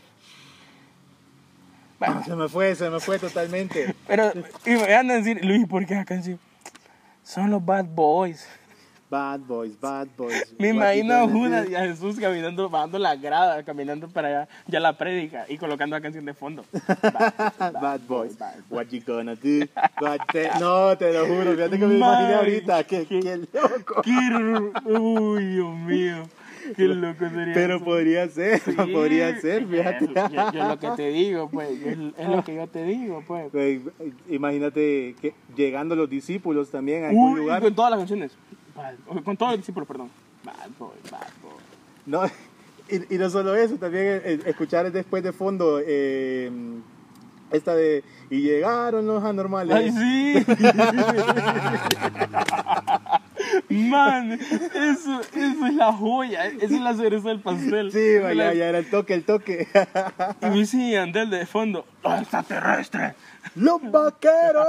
Bueno, Ah, se me fue, se me fue totalmente. pero, y me van a decir, Luis, ¿por qué esa canción? Son los Bad Boys. Bad boys, bad boys. Me What you imagino a gonna Judas do? y a Jesús caminando, bajando la grada, caminando para allá, ya la prédica y colocando la canción de fondo. Bad boys, what you gonna do? What the- No, te lo juro, fíjate que me imaginé Man, ahorita, qué, qué- qué loco. Qué r- Uy, Dios mío, qué loco sería Pero eso. podría ser, Sí, podría ser, fíjate. Yo, yo- yo lo que te digo, pues, es, es lo que yo te digo, pues. Güey, imagínate que llegando los discípulos también a algún Uy, lugar. con todas las canciones. Bad- Con todos los discípulos, perdón. Bad boy, bad boy. No, y, y no solo eso, también eh, escuchar después de fondo eh, esta de y llegaron los anormales. Ay, sí. Man, eso, eso es la joya, esa es la cereza del pastel. Sí, vaya, ya era el toque, el toque. Y me dice Andel de fondo, ¡los extraterrestres! ¡Los vaqueros!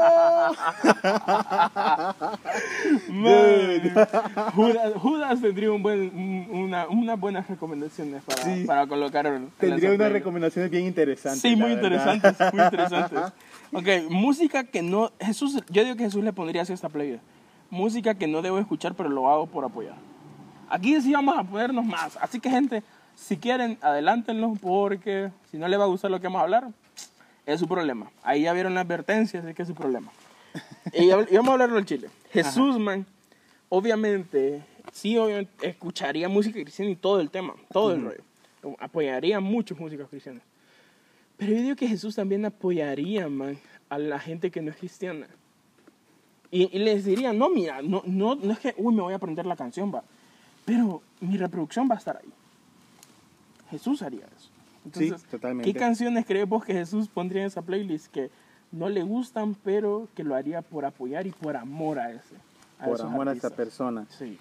Man, Judas, Judas tendría un buen, un- una, unas buenas recomendaciones para, Sí. para colocar en, en Tendría esa unas playlist. recomendaciones bien interesantes. Sí, la muy verdad. interesantes, muy interesantes. Ok, música que no... Jesús, yo digo que Jesús le pondría así a esta playlist. Música que no debo escuchar, pero lo hago por apoyar. Aquí sí vamos a ponernos más. Así que, gente, si quieren, adelántenlo, porque si no les va a gustar lo que vamos a hablar, es su problema. Ahí ya vieron la advertencia, así que es su problema. Y, y vamos a hablarlo del Chile. Jesús, man, obviamente, sí, obviamente, escucharía música cristiana y todo el tema, todo el rollo. Apoyaría mucho música cristiana. Pero yo digo que Jesús también apoyaría, man, a la gente que no es cristiana. Y, y les diría, no, mira, no, no, no es que, uy, me voy a aprender la canción, va. Pero mi reproducción va a estar ahí. Jesús haría eso. Entonces, Sí, totalmente. ¿qué canciones crees vos que Jesús pondría en esa playlist que no le gustan, pero que lo haría por apoyar y por amor a ese? a Por esos amor a esta artistas? persona. Sí.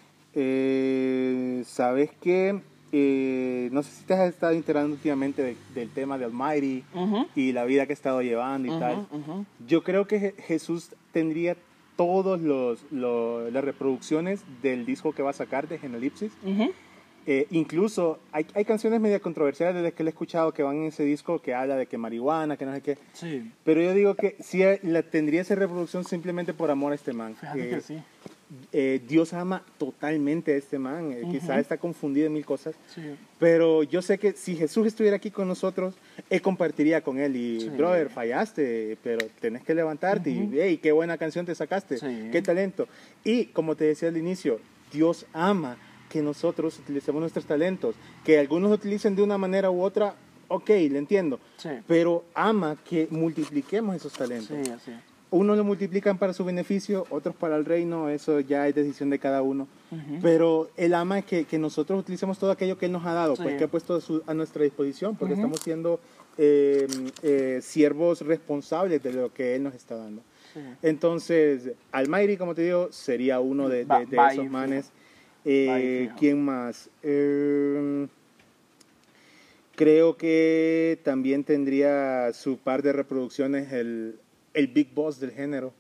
Eh, ¿Sabes qué? Eh, no sé si te has estado enterando últimamente de- del tema de Almighty Ujú, y la vida que ha estado llevando y ujú, tal. ujú. Yo creo que Je- Jesús tendría todas los, los- las reproducciones del disco que va a sacar de Genelipsis. Ujú. Eh, incluso hay, hay canciones media controversiales de las que le he escuchado que van en ese disco que habla de que marihuana, que no sé qué. Sí, Pero yo digo que sí eh, la tendría esa reproducción simplemente por amor a este man. fíjate Eh, que sí. eh, Dios ama totalmente a este man. Eh, Ujú. Quizá está confundido en mil cosas. Sí. Pero yo sé que si Jesús estuviera aquí con nosotros, él compartiría con él. Y, Sí. brother, fallaste, pero tenés que levantarte. Ujú. Y, hey, qué buena canción te sacaste. Sí. Qué talento. Y, como te decía al inicio, Dios ama que nosotros utilicemos nuestros talentos. Que algunos lo utilicen de una manera u otra, ok, le entiendo. Sí. Pero ama que multipliquemos esos talentos. Sí, así. Unos lo multiplican para su beneficio, otros para el reino, eso ya es decisión de cada uno. Ujú. Pero Él ama que, que nosotros utilicemos todo aquello que Él nos ha dado, Sí. pues que ha puesto a, su- a nuestra disposición, porque Ujú. estamos siendo eh, eh, siervos responsables de lo que Él nos está dando. Sí. Entonces, Almighty, como te digo, sería uno de, de- Va- de va ahí, esos fijo. manes. Va ahí, Eh, fijo. ¿Quién más? Eh, creo que también tendría su par de reproducciones el, el Big Boss del género.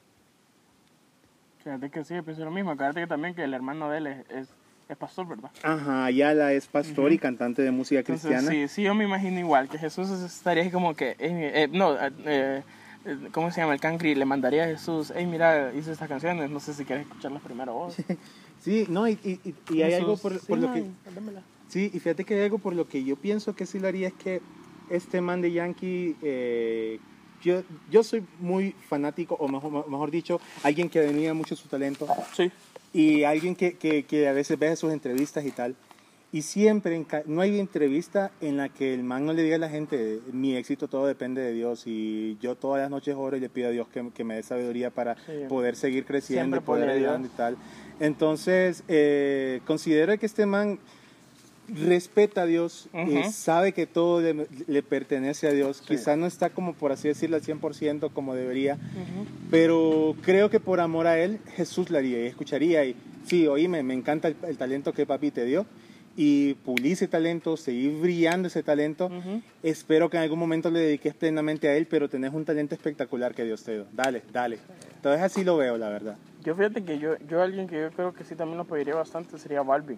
Fíjate que sí, pienso lo mismo. Acuérdate que también que el hermano de él es, es, es pastor, ¿verdad? Ajá, Ayala es pastor y cantante de música Entonces, cristiana. sí, sí, yo me imagino igual, que Jesús estaría ahí como que, eh, eh, no, eh, eh, ¿cómo se llama? El Cancri le mandaría a Jesús, hey, mira, hice estas canciones, no sé si quieres escucharlas primero vos. Sí, no, y, y, y- y hay Jesús, algo por, sí, por lo man, que... dámela. Sí, y fíjate que hay algo por lo que yo pienso que sí lo haría, es que este man de Yankee, eh, yo, yo soy muy fanático, o mejor, mejor dicho, alguien que admira mucho su talento, Sí, y alguien que, que, que a veces ve sus entrevistas y tal, y siempre, en ca- no hay entrevista en la que el man no le diga a la gente, mi éxito todo depende de Dios, y yo todas las noches oro y le pido a Dios que, que me dé sabiduría para Sí. poder seguir creciendo Siempre y poder pone a Dios. ayudando y tal. Entonces, eh, considero que este man respeta a Dios, Ujú. eh, sabe que todo le, le pertenece a Dios, Sí. quizá no está como por así decirlo al cien por ciento como debería, ujú, pero creo que por amor a Él, Jesús la haría y escucharía y sí, oíme, me encanta el, el talento que papi te dio y pulir ese talento, seguir brillando ese talento, ujú. espero que en algún momento le dediques plenamente a Él, pero tenés un talento espectacular que Dios te dio, dale, dale, entonces así lo veo la verdad. Yo fíjate que yo, yo alguien que yo creo que sí también lo apoyaría bastante sería Balvin.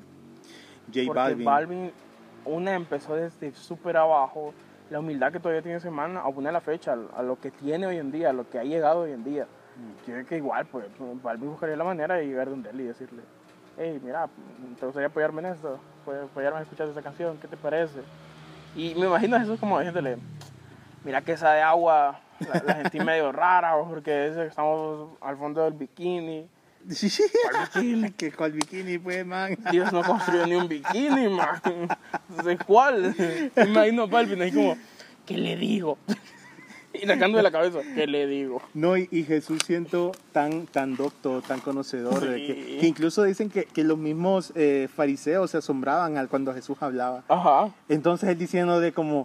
J Porque Balvin. Balvin, una empezó desde súper abajo, la humildad que todavía tiene ese man, a poner la fecha, a, a lo que tiene hoy en día, a lo que ha llegado hoy en día. Yo creo que igual, pues, Balvin buscaría la manera de llegar donde él y decirle, hey, mira, ¿te gustaría apoyarme en esto? ¿Puedes apoyarme a escuchar esta canción? ¿Qué te parece? Y me imagino a Jesús como diciéndole, mira que esa de agua la, la sentí medio rara, porque ese, estamos al fondo del bikini. ¿Cuál bikini? ¿Qué cuál bikini pues, man? Dios no construyó ni un bikini, man. ¿De cuál? Me imagino a Balvin ahí como, ¿qué le digo? Y sacando de la cabeza, ¿qué le digo? No, y, y Jesús siento tan, tan docto, tan conocedor, de Sí. que, que incluso dicen que, que los mismos eh, fariseos se asombraban al cuando Jesús hablaba. Ajá. Entonces él diciendo de como,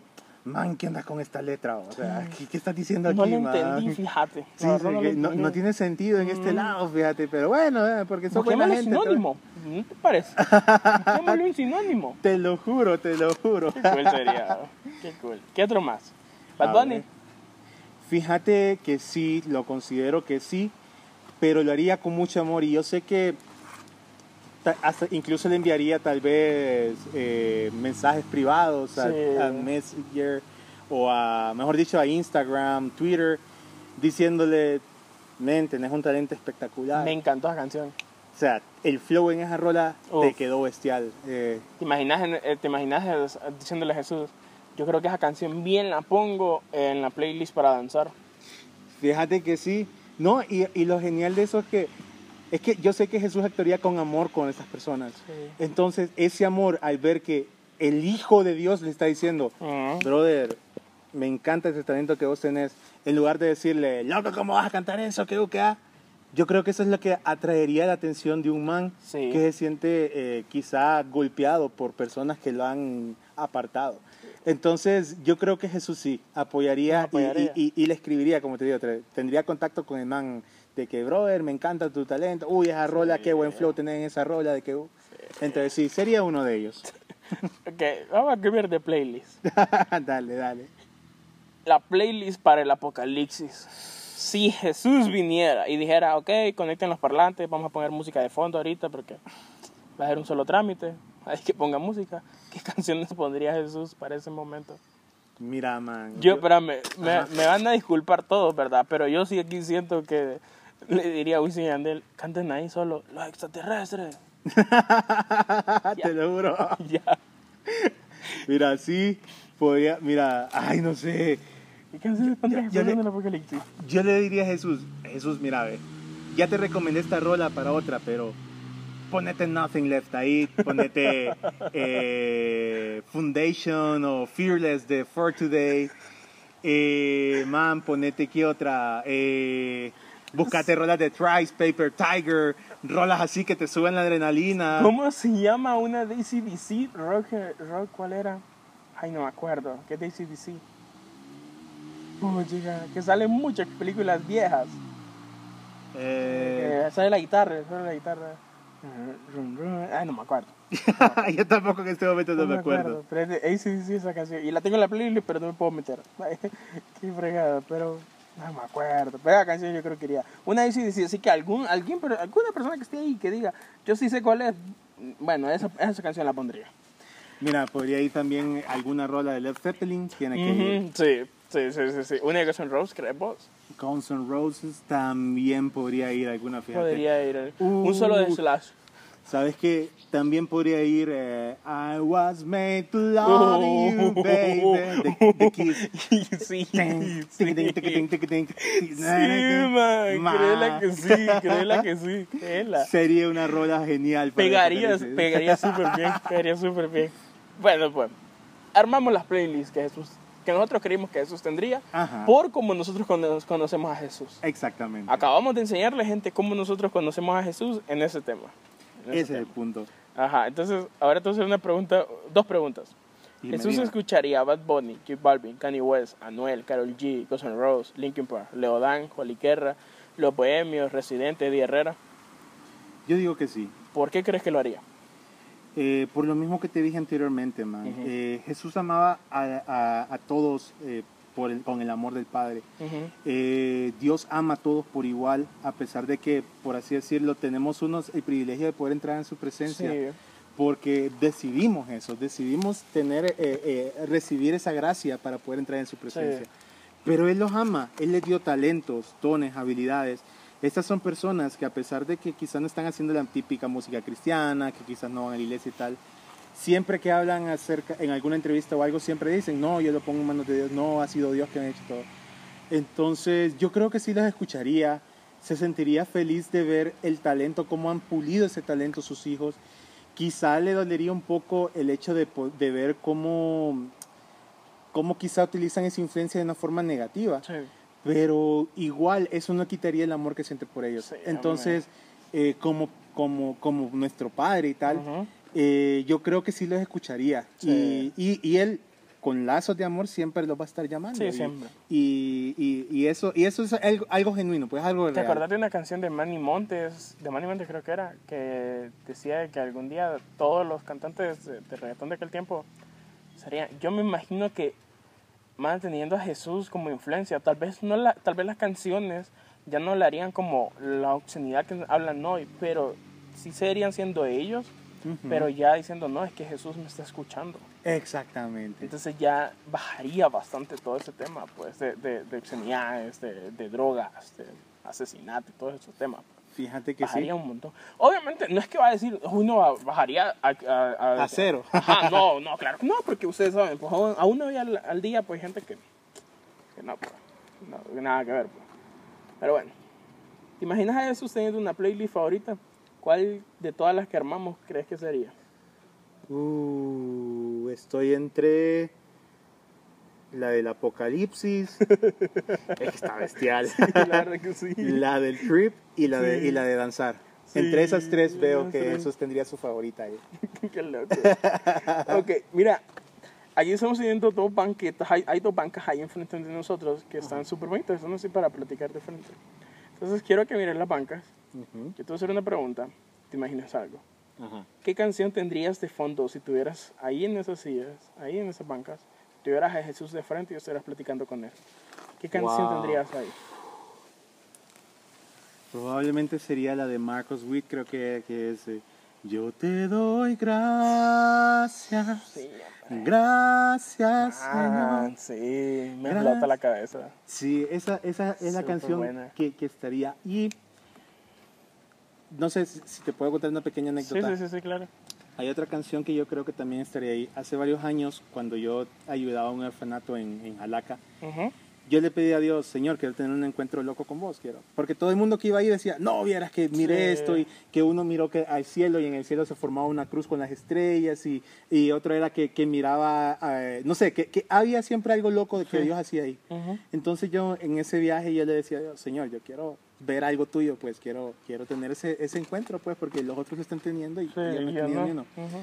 man, ¿qué andas con esta letra? O sea, ¿qué, qué estás diciendo aquí, No lo man? entendí, fíjate. Sí, La sí, verdad que lo no, entendí. no tiene sentido en este Mm. lado, fíjate, pero bueno, eh, porque son buena Busquémosle gente. sinónimo, ¿no te parece? Busquémosle un sinónimo. Te lo juro, te lo juro. Qué cool sería. Qué cool. ¿Qué otro más? Bad A Bunny. ver. Fíjate que sí, lo considero que sí, pero lo haría con mucho amor y yo sé que ta- hasta incluso le enviaría tal vez eh, mensajes privados a, Sí. a Messenger o a, mejor dicho, a Instagram, Twitter, diciéndole, men, tenés un talento espectacular. Me encantó esa canción. O sea, el flow en esa rola Uf. te quedó bestial. Eh, ¿Te imaginas, en- eh, te imaginas eh, diciéndole a Jesús? Yo creo que esa canción bien la pongo en la playlist para danzar. Fíjate que sí. No, y, y lo genial de eso es que es que yo sé que Jesús actuaría con amor con esas personas. Sí. Entonces, ese amor al ver que el Hijo de Dios le está diciendo, Ujú. brother, me encanta ese talento que vos tenés, en lugar de decirle, loco, ¿cómo vas a cantar eso? ¿Qué que ah? Yo creo que eso es lo que atraería la atención de un man Sí. que se siente eh, quizá golpeado por personas que lo han apartado. Entonces, yo creo que Jesús sí apoyaría, Nos apoyaría. Y, y, y, y le escribiría, como te digo, te- tendría contacto con el man de que, brother, me encanta tu talento, uy, esa rola, qué buen flow tenés en esa rola, de que, uh. Entonces, sí, sería uno de ellos. Ok, vamos a cambiar de playlist. Dale, dale. La playlist para el apocalipsis. Si Jesús viniera y dijera, ok, conecten los parlantes, vamos a poner música de fondo ahorita porque va a ser un solo trámite, hay que ponga música. ¿Qué canciones pondría Jesús para ese momento? Mira, man. Yo, espérame, me, Ajá. me van a disculpar todos, ¿verdad? Pero yo sí aquí siento que le diría a Wisin y Yandel, canten ahí solo, los extraterrestres. Te lo juro. Ya. Mira, sí, podría, mira, ay, no sé. ¿Qué canciones pondría yo Jesús le- en el apocalipsis? Yo le diría a Jesús, Jesús, mira, ve, ya te recomendé esta rola para otra, pero ponete Nothing Left ahí, ponete eh, Foundation o Fearless de For Today, eh, man, ponete qué otra, eh, búscate rolas de Trice, Paper Tiger, rolas así que te suben la adrenalina. ¿Cómo se llama una de A C D C? Rock, rock, ¿cuál era? Ay, no me acuerdo. ¿Qué es de A C D C? Oh, chica, que salen muchas películas viejas. Eh, Eh, sale la guitarra, sale la guitarra. Ay, no me acuerdo. yo tampoco en este momento no, me acuerdo. Pero es de A C D C esa canción. Y la tengo en la playlist, pero no me puedo meter. Ay, qué fregada, pero no me acuerdo. Pero la canción yo creo que iría. Una A C D C, así que algún, alguien, pero alguna persona que esté ahí que diga, yo sí sé cuál es. Bueno, esa, esa canción la pondría. Mira, podría ir también alguna rola de Led Zeppelin, tiene que ir. Ujú, sí, sí, sí, sí, sí. Una de Guns N' Roses, ¿crees vos? Guns N' Roses también podría ir alguna, fíjate. Podría ir. Uh. Un solo de Slash. ¿Sabes qué? También podría ir eh, I was made to love you, Oh. baby. The, the Kiss. Sí, Ting, sí. ting, ting, ting, ting, ting, ting. Sí, man, Ma. créela que sí, créela que sí, créela. Sería una rola genial. para Pegaría, el apocalipsis. pegaría súper bien, pegaría súper bien. Bueno, pues, armamos las playlists que Jesús, que nosotros creímos que Jesús tendría, Ajá. por como nosotros cono- conocemos a Jesús. Exactamente. Acabamos de enseñarle, gente, cómo nosotros conocemos a Jesús en ese tema. En ese Ese es el tema. punto. Ajá, entonces, ahora entonces una pregunta, dos preguntas. Y me Jesús diga. escucharía a Bad Bunny, J Balvin, Kanye West, Anuel, Karol G, Guns N' Roses, Linkin Park, Leodán, Juan Guerra, Los Bohemios, Residente, Eddie Herrera. Yo digo que sí. ¿Por qué crees que lo haría? Eh, por lo mismo que te dije anteriormente, man. Ujú. Eh, Jesús amaba a, a- a todos eh, por el- con el amor del Padre. Ujú. Eh, Dios ama a todos por igual, a pesar de que, por así decirlo, tenemos unos el privilegio de poder entrar en su presencia, Sí. porque decidimos eso, decidimos tener, eh, eh, recibir esa gracia para poder entrar en su presencia. Sí. Pero Él los ama, Él les dio talentos, dones, habilidades. Estas son personas que, a pesar de que quizás no están haciendo la típica música cristiana, que quizás no van a la iglesia y tal, siempre que hablan acerca, en alguna entrevista o algo, siempre dicen, no, yo lo pongo en manos de Dios, no, ha sido Dios que me ha hecho todo. Entonces, yo creo que sí los escucharía, se sentiría feliz de ver el talento, cómo han pulido ese talento sus hijos. Quizá le dolería un poco el hecho de, po- de ver cómo, cómo quizá utilizan esa influencia de una forma negativa. Sí. Pero igual eso no quitaría el amor que siente por ellos. Sí, Entonces, eh, como, como, como nuestro padre y tal, Ujú. eh, yo creo que sí los escucharía. Sí. Y, y, y él, con lazos de amor siempre los va a estar llamando. Sí, y, siempre. Y, y, y eso, y eso es algo, algo genuino, pues algo ¿Te real. acordás de una canción de Manny Montes, de Manny Montes creo que era, que decía que algún día todos los cantantes de, de reggaetón de aquel tiempo serían, yo me imagino que manteniendo a Jesús como influencia, tal vez no la, tal vez las canciones ya no le harían como la obscenidad que hablan hoy, pero sí seguirían siendo ellos, Ujú. pero ya diciendo, no, es que Jesús me está escuchando. Exactamente. Entonces ya bajaría bastante todo ese tema, pues, de, de, de obscenidades, de, de drogas, de asesinato y todos esos temas. Fíjate que Bajaría sí. un montón. Obviamente, no es que va a decir, uno bajaría a, a, a, A cero. Ajá, no, no, claro. No, porque ustedes saben, pues a uno y al, al día, pues hay gente que, que no, pues, no, nada que ver, pues. Pero bueno, ¿te imaginas a Jesús teniendo una playlist favorita? ¿Cuál de todas las que armamos crees que sería? Uh, estoy entre la del Apocalipsis, es que está bestial, La verdad que sí. la del Trip y la, de, Sí. y la de danzar. Sí, Entre esas tres veo esas que tres. Jesús tendría su favorita ahí. Qué loco. Ok, mira, allí estamos teniendo dos banquetas, hay, hay dos bancas ahí enfrente de nosotros que están súper bonitas, son así para platicar de frente. Entonces quiero que miren las bancas. Ujú. Yo te voy a hacer una pregunta, ¿te imaginas algo? Ajá. ¿Qué canción tendrías de fondo si tuvieras ahí en esas sillas, ahí en esas bancas, tuvieras a Jesús de frente y estuvieras platicando con él? ¿Qué canción Wow. tendrías ahí? Probablemente sería la de Marcos Witt, creo que, que es eh, Yo te doy gracias, Sí, hombre. gracias Ah, Señor. sí, me Gracias. explota la cabeza. Sí, esa, esa es la Súper canción buena. que, que estaría. Y no sé si, si te puedo contar una pequeña Sí, anécdota. sí, sí, sí, claro. Hay otra canción que yo creo que también estaría ahí. Hace varios años, cuando yo ayudaba a un orfanato en, en Jalaca, Ujú. yo le pedí a Dios, Señor, quiero tener un encuentro loco con vos, quiero. Porque todo el mundo que iba ahí decía, no, vieras que miré Sí. esto, y que uno miró que al cielo y en el cielo se formaba una cruz con las estrellas, y, y otro era que, que miraba, eh, no sé, que, que había siempre algo loco que Sí. Dios hacía ahí. Ujú. Entonces yo en ese viaje yo le decía a Dios, Señor, yo quiero ver algo tuyo, pues quiero, quiero tener ese, ese encuentro, pues, porque los otros lo están teniendo y Sí, yo no ya tenía no. ni uno. Ujú.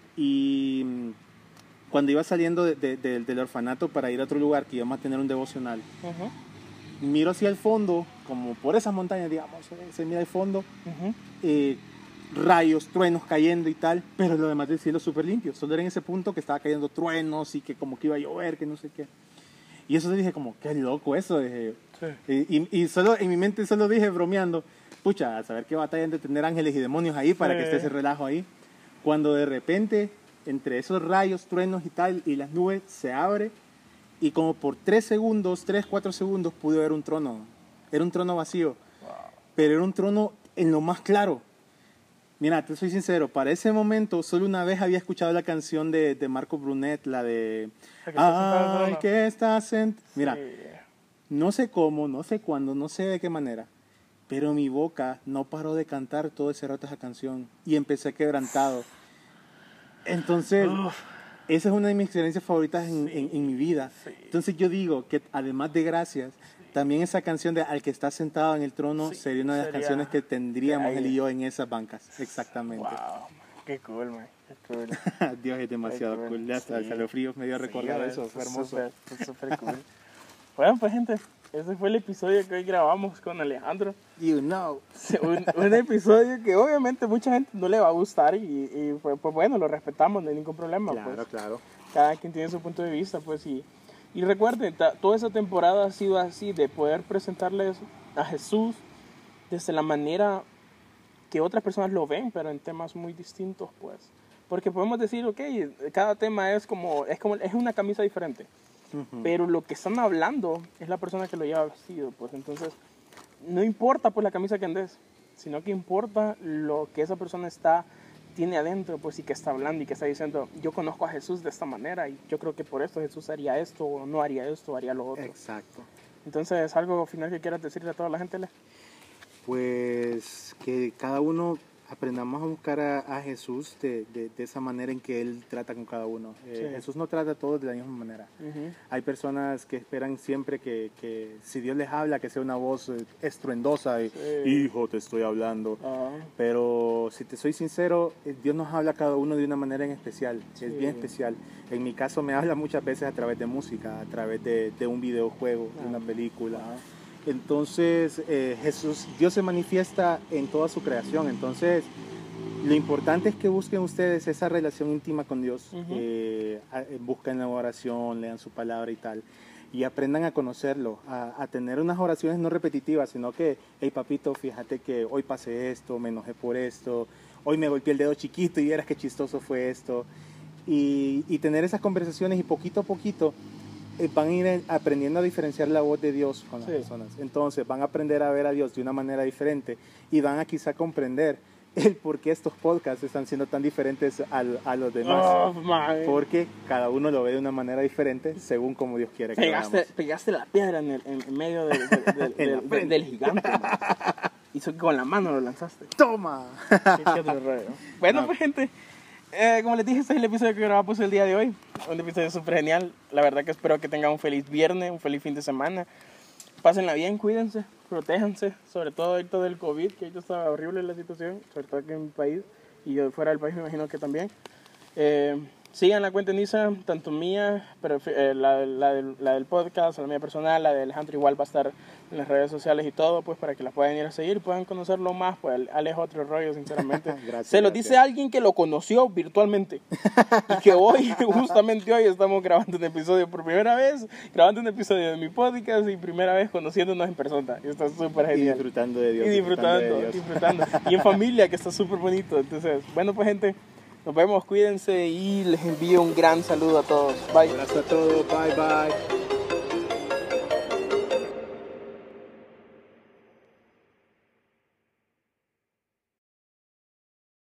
Y mm, cuando iba saliendo de- de- de- del orfanato para ir a otro lugar que íbamos a tener un devocional, Ujú. miro hacia el fondo, como por esas montañas, digamos, eh, se mira el fondo, Ujú. eh, rayos, truenos cayendo y tal, pero lo demás del cielo súper limpio. Solo era en ese punto que estaba cayendo truenos y que como que iba a llover, que no sé qué. Y eso le dije como, qué loco eso, dije. Sí. Y, y- y solo en mi mente solo dije bromeando, pucha, a saber qué batalla han de tener ángeles y demonios ahí para Sí. que esté ese relajo ahí. Cuando de repente, entre esos rayos, truenos y tal, y las nubes, se abre y como por tres segundos, tres, cuatro segundos, pude ver un trono. Era un trono vacío, pero era un trono en lo más claro. Mira, te soy sincero, para ese momento solo una vez había escuchado la canción de, de Marco Brunet, la de La que está sentado en el Ay, trono. que estás en... Mira, Sí. no sé cómo, no sé cuándo, no sé de qué manera, pero mi boca no paró de cantar todo ese rato esa canción y empecé quebrantado. Entonces, Uf. esa es una de mis experiencias favoritas en, en- en mi vida. Sí. Entonces yo digo que además de gracias, también esa canción de Al que está sentado en el trono Sí, sería una de las sería canciones que tendríamos de él ahí. y yo en esas bancas. Exactamente. Wow, qué cool, man. Qué cool. Dios, es demasiado Qué cool. Ya hasta sí. escalofríos me dio a recordar Sí, eso. fue Fue hermoso. súper, fue súper cool. Bueno, pues gente, ese fue el episodio que hoy grabamos con Alejandro. You know. Un, un episodio que obviamente mucha gente no le va a gustar y, y pues, pues bueno, lo respetamos, no hay ningún problema. Claro, Pues. claro. Cada quien tiene su punto de vista, pues y, y recuerden, ta- toda esa temporada ha sido así, de poder presentarles a Jesús desde la manera que otras personas lo ven, pero en temas muy distintos, pues. Porque podemos decir, ok, cada tema es como, es como, es una camisa diferente, Ujú. pero lo que están hablando es la persona que lo lleva vestido, pues entonces no importa pues la camisa que andes, sino que importa lo que esa persona está tiene adentro, pues, y que está hablando y que está diciendo, yo conozco a Jesús de esta manera y yo creo que por esto Jesús haría esto o no haría esto, haría lo otro. Exacto. Entonces, algo final que quieras decirle a toda la gente, Le? Pues que cada uno aprendamos a buscar a, a Jesús de, de, de esa manera en que Él trata con cada uno. Eh, Sí. Jesús no trata a todos de la misma manera. Ujú. Hay personas que esperan siempre que, que si Dios les habla, que sea una voz eh, estruendosa y, Sí. hijo, te estoy hablando. Ah, Pero si te soy sincero, eh, Dios nos habla a cada uno de una manera en especial, Sí. es bien especial. En mi caso me habla muchas veces a través de música, a través de, de un videojuego, de una Ah. película. ah. Entonces, eh, Jesús, Dios se manifiesta en toda su creación. Entonces, lo importante es que busquen ustedes esa relación íntima con Dios. Ujú. eh, a- eh, busquen la oración, lean su palabra y tal. Y aprendan a conocerlo, a, a tener unas oraciones no repetitivas, sino que, hey papito, fíjate que hoy pasé esto, me enojé por esto, hoy me golpeé el dedo chiquito y vieras qué chistoso fue esto. Y, y tener esas conversaciones y poquito a poquito eh, van a ir aprendiendo a diferenciar la voz de Dios con las Sí. personas. Entonces van a aprender a ver a Dios de una manera diferente y van a quizá comprender el por qué estos podcasts están siendo tan diferentes al- a los demás. Oh, man. Porque cada uno lo ve de una manera diferente según como Dios quiere que lo Pegaste, hagamos. pegaste la piedra en, el, en en medio del, del- del- En la del- frente. del gigante. man. Hizo que con la mano lo lanzaste. ¡Toma! Qué- qué otro rollo. Bueno, No. pues gente, eh, como les dije, este es el episodio que grabamos el día de hoy. Un episodio súper genial. La verdad que espero que tengan un feliz viernes, un feliz fin de semana. Pásenla bien, cuídense, protéjanse, sobre todo ahorita del COVID, que ahorita está horrible la situación, sobre todo aquí en mi país y yo fuera del país me imagino que también. Eh, sigan la cuenta en Instagram, tanto mía, pero eh, la, la, del, la del podcast, la mía personal, la de Alejandro igual va a estar en las redes sociales y todo, pues para que las puedan ir a seguir, puedan conocerlo más, pues Ale es otro rollo, sinceramente. Gracias, Se lo gracias. dice alguien que lo conoció virtualmente y que hoy, justamente hoy, estamos grabando un episodio por primera vez, grabando un episodio de mi podcast y primera vez conociéndonos en persona. Y está súper Y genial. disfrutando de Dios. Y disfrutando, de Dios. disfrutando. Y en familia, que está súper bonito. Entonces, bueno, pues gente, nos vemos, cuídense y les envío un gran saludo a todos. Bye. Abrazo a todos. Bye, bye.